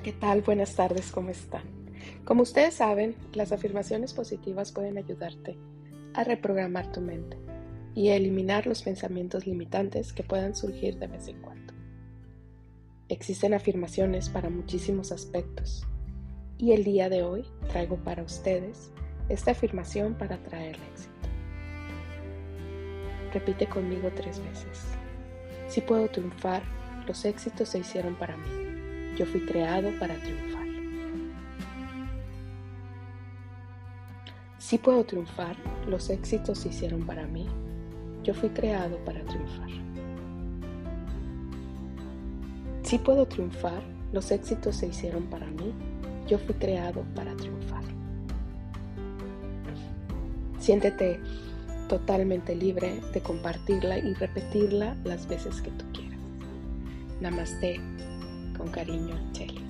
¿qué tal? Buenas tardes, ¿cómo están? Como ustedes saben, las afirmaciones positivas pueden ayudarte a reprogramar tu mente y a eliminar los pensamientos limitantes que puedan surgir de vez en cuando. Existen afirmaciones para muchísimos aspectos y el día de hoy traigo para ustedes esta afirmación para traer éxito. Repite conmigo 3 veces. Si puedo triunfar, los éxitos se hicieron para mí. Yo fui creado para triunfar. Si puedo triunfar, los éxitos se hicieron para mí. Yo fui creado para triunfar. Si puedo triunfar, los éxitos se hicieron para mí. Yo fui creado para triunfar. Siéntete totalmente libre de compartirla y repetirla las veces que tú quieras. Namaste, con cariño, Cheli.